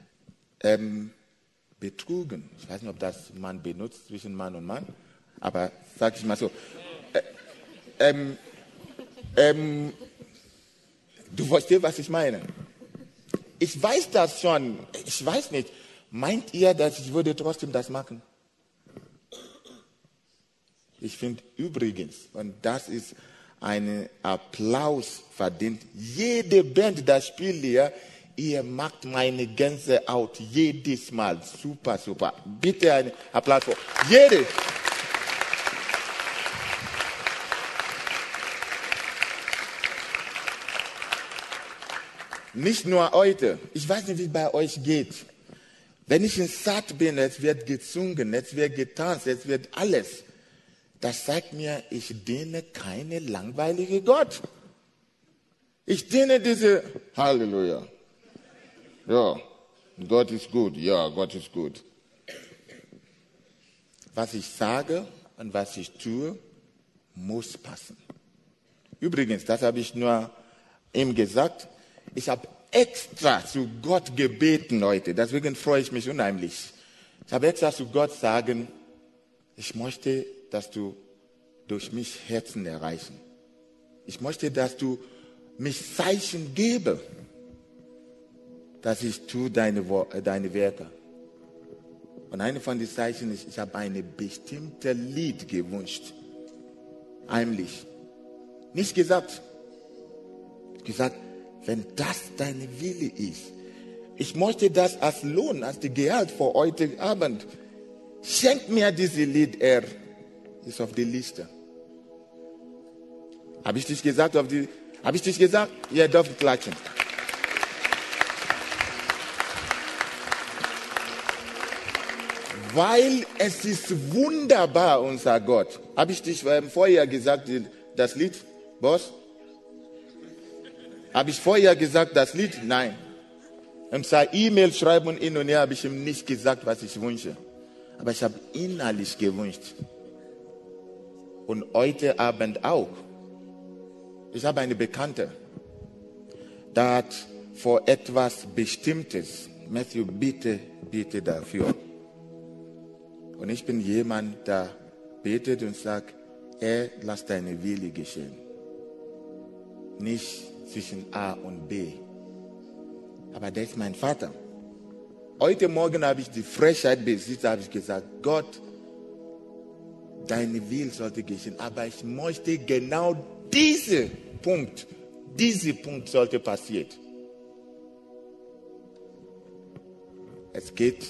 S1: betrügen. Ich weiß nicht, ob das man benutzt zwischen Mann und Mann, aber sag ich mal so. Du verstehst, was ich meine? Ich weiß das schon. Ich weiß nicht. Meint ihr, dass ich würde trotzdem das machen? Ich finde übrigens, und das ist ein Applaus verdient, jede Band, das spielt hier, ihr macht meine ganze Out jedes Mal. Super, super. Bitte einen Applaus für jede. Nicht nur heute. Ich weiß nicht, wie es bei euch geht. Wenn ich in Satt bin, es wird gesungen, es wird getanzt, es wird alles. Das sagt mir, ich diene keinen langweiligen Gott. Ich diene diese, Halleluja. Ja, Gott ist gut. Ja, Gott ist gut. Was ich sage und was ich tue, muss passen. Übrigens, das habe ich nur ihm gesagt. Ich habe extra zu Gott gebeten heute. Deswegen freue ich mich unheimlich. Ich habe extra zu Gott sagen, ich möchte, dass du durch mich Herzen erreichen. Ich möchte, dass du mich Zeichen gebe, dass ich tue deine Werke. Und eine von den Zeichen ist, ich habe eine bestimmte Lied gewünscht. Heimlich. Nicht gesagt. Gesagt, wenn das deine Wille ist. Ich möchte das als Lohn, als die Gehalt für heute Abend. Schenk mir dieses Lied, er ist auf der Liste. Habe ich dich gesagt? Habe ich dich gesagt? Ihr dürft klatschen. Weil es ist wunderbar, unser Gott. Habe ich dich vorher gesagt, das Lied, Boss? Habe ich vorher gesagt, das Lied? Nein. Im E-Mail schreiben und hin und her habe ich ihm nicht gesagt, was ich wünsche. Aber ich habe innerlich gewünscht. Und heute Abend auch. Ich habe eine Bekannte, die hat vor etwas Bestimmtes. Matthew, bitte dafür. Und ich bin jemand, der betet und sagt, Herr, lass deine Wille geschehen. Nicht zwischen A und B. Aber der ist mein Vater. Heute Morgen habe ich die Frechheit besitzt, habe ich gesagt, Gott, deine Wille sollte geschehen. Aber ich möchte genau dieser Punkt sollte passieren. Es geht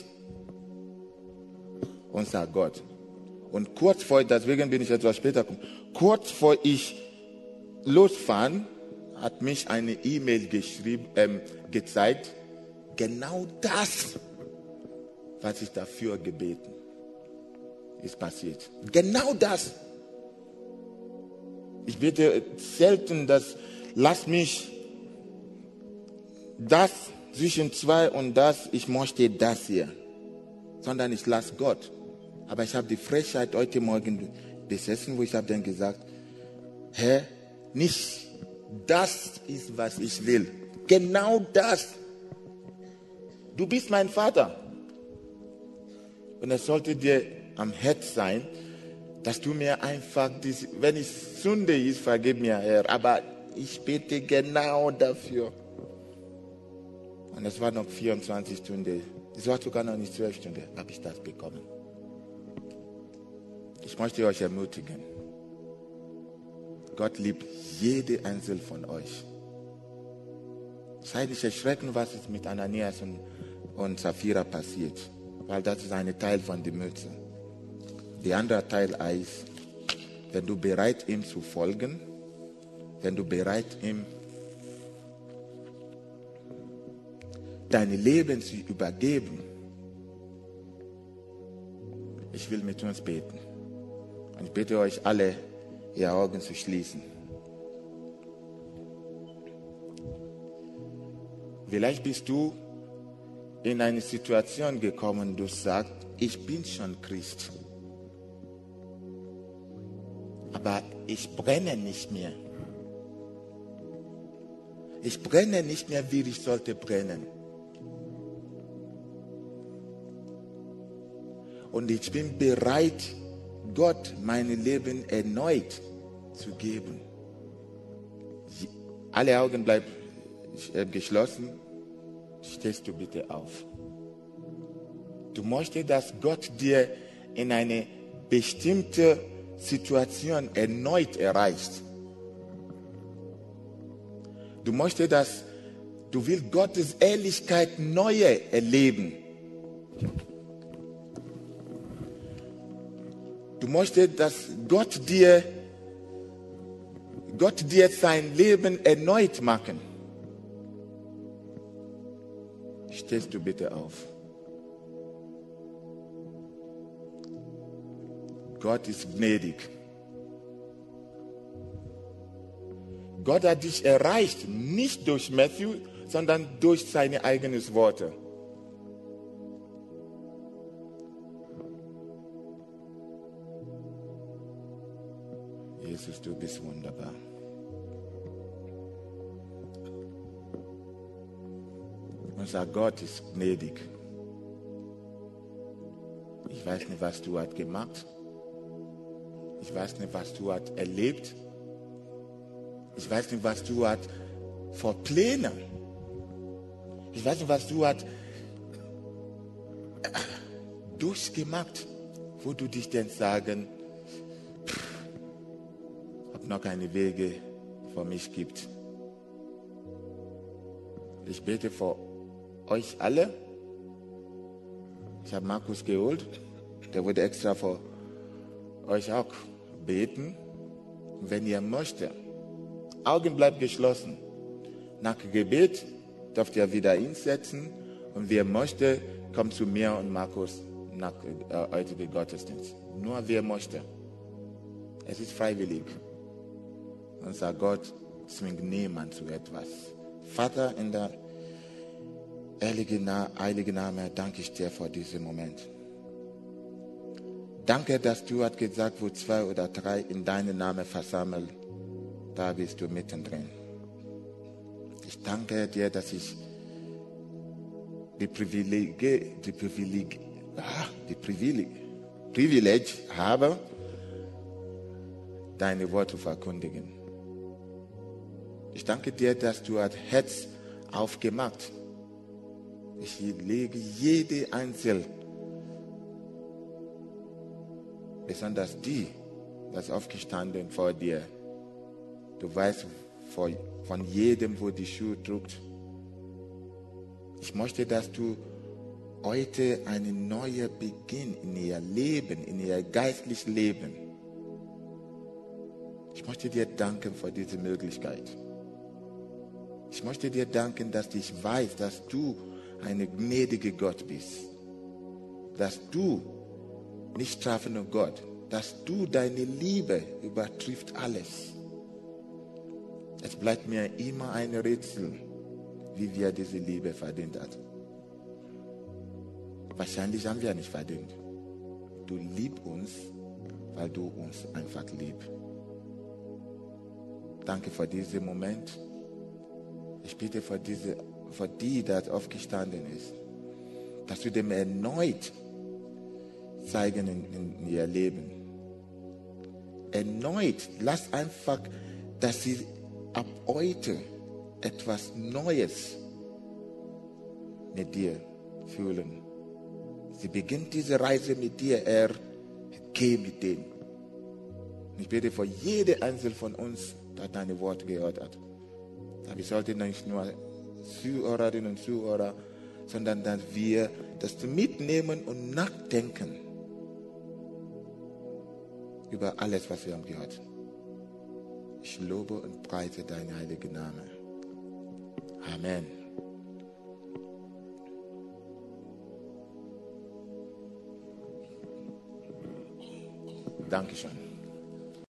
S1: unser Gott. Und kurz vor, deswegen bin ich etwas später gekommen, kurz vor ich losfahren, hat mich eine E-Mail gezeigt, genau das, was ich dafür gebeten, ist passiert. Genau das. Ich bete selten, lass mich das zwischen zwei und das, ich möchte das hier, sondern ich lasse Gott. Aber ich habe die Frechheit heute Morgen besessen, wo ich habe dann gesagt, Herr, nicht das ist, was ich will. Genau das. Du bist mein Vater. Und es sollte dir am Herz sein, dass du mir einfach, wenn es Sünde ist, vergib mir, Herr. Aber ich bete genau dafür. Und es war noch 24 Stunden. Es war sogar noch nicht 12 Stunden, habe ich das bekommen. Ich möchte euch ermutigen. Gott liebt jede einzelne von euch. Seid nicht erschrecken, was ist mit Ananias und Sapphira passiert. Weil das ist ein Teil von der Mütze. Der andere Teil ist, wenn du bereit ihm zu folgen, wenn du bereit ihm dein Leben zu übergeben. Ich will mit uns beten. Und ich bitte euch alle, ihre Augen zu schließen. Vielleicht bist du in eine Situation gekommen, du sagst, ich bin schon Christ. Aber ich brenne nicht mehr. Ich brenne nicht mehr, wie ich sollte brennen. Und ich bin bereit, Gott mein Leben erneut zu geben. Alle Augen bleiben geschlossen. Stehst du bitte auf. Du möchtest, dass Gott dir in eine bestimmte Situation erneut erreicht. Du willst Gottes Ehrlichkeit neu erleben. Du möchtest, dass Gott dir sein Leben erneut machen. Stehst du bitte auf. Gott ist gnädig. Gott hat dich erreicht, nicht durch Matthew, sondern durch seine eigenen Worte. Jesus, du bist wunderbar. Unser Gott ist gnädig. Ich weiß nicht, was du hast gemacht. Ich weiß nicht, was du hast erlebt. Ich weiß nicht, was du hast für Pläne. Ich weiß nicht, was du hast durchgemacht, wo du dich denn sagen, ob noch keine Wege für mich gibt. Ich bete für euch alle. Ich habe Markus geholt. Der würde extra für euch auch beten. Und wenn ihr möchtet, Augen bleibt geschlossen. Nach Gebet dürft ihr wieder hinsetzen. Und wer möchte, kommt zu mir und Markus nach heutigen Gottesdienst. Nur wer möchte. Es ist freiwillig. Unser Gott zwingt niemand zu etwas. Vater, in der heiligen Namen danke ich dir für diesen Moment. Danke, dass du hast gesagt, wo 2 oder 3 in deinem Namen versammelt, da bist du mittendrin. Ich danke dir, dass ich die Privileg habe, deine Worte zu verkündigen. Ich danke dir, dass du das Herz aufgemacht. Ich lege jede Einzelne, besonders die, das aufgestanden vor dir. Du weißt von jedem, wo die Schuhe drückt. Ich möchte, dass du heute einen neuen Beginn in ihr Leben, in ihr geistliches Leben. Ich möchte dir danken für diese Möglichkeit. Ich möchte dir danken, dass ich weiß, dass du ein gnädiger Gott bist. Dass du nicht strafender Gott, dass du deine Liebe übertrifft alles. Es bleibt mir immer ein Rätsel, wie wir diese Liebe verdient haben. Wahrscheinlich haben wir nicht verdient. Du liebst uns, weil du uns einfach liebst. Danke für diesen Moment. Ich bitte für die, die aufgestanden ist, dass du dem erneut zeigen in ihr Leben. Erneut, lass einfach, dass sie ab heute etwas Neues mit dir fühlen. Sie beginnt diese Reise mit dir, Herr, geh mit denen. Ich bitte für jede Einzelne von uns, der deine Worte gehört hat. Aber wir sollten nicht nur Zuhörerinnen und Zuhörer, sondern dass wir das mitnehmen und nachdenken über alles, was wir haben gehört. Ich lobe und preise deinen heiligen Namen. Amen. Dankeschön.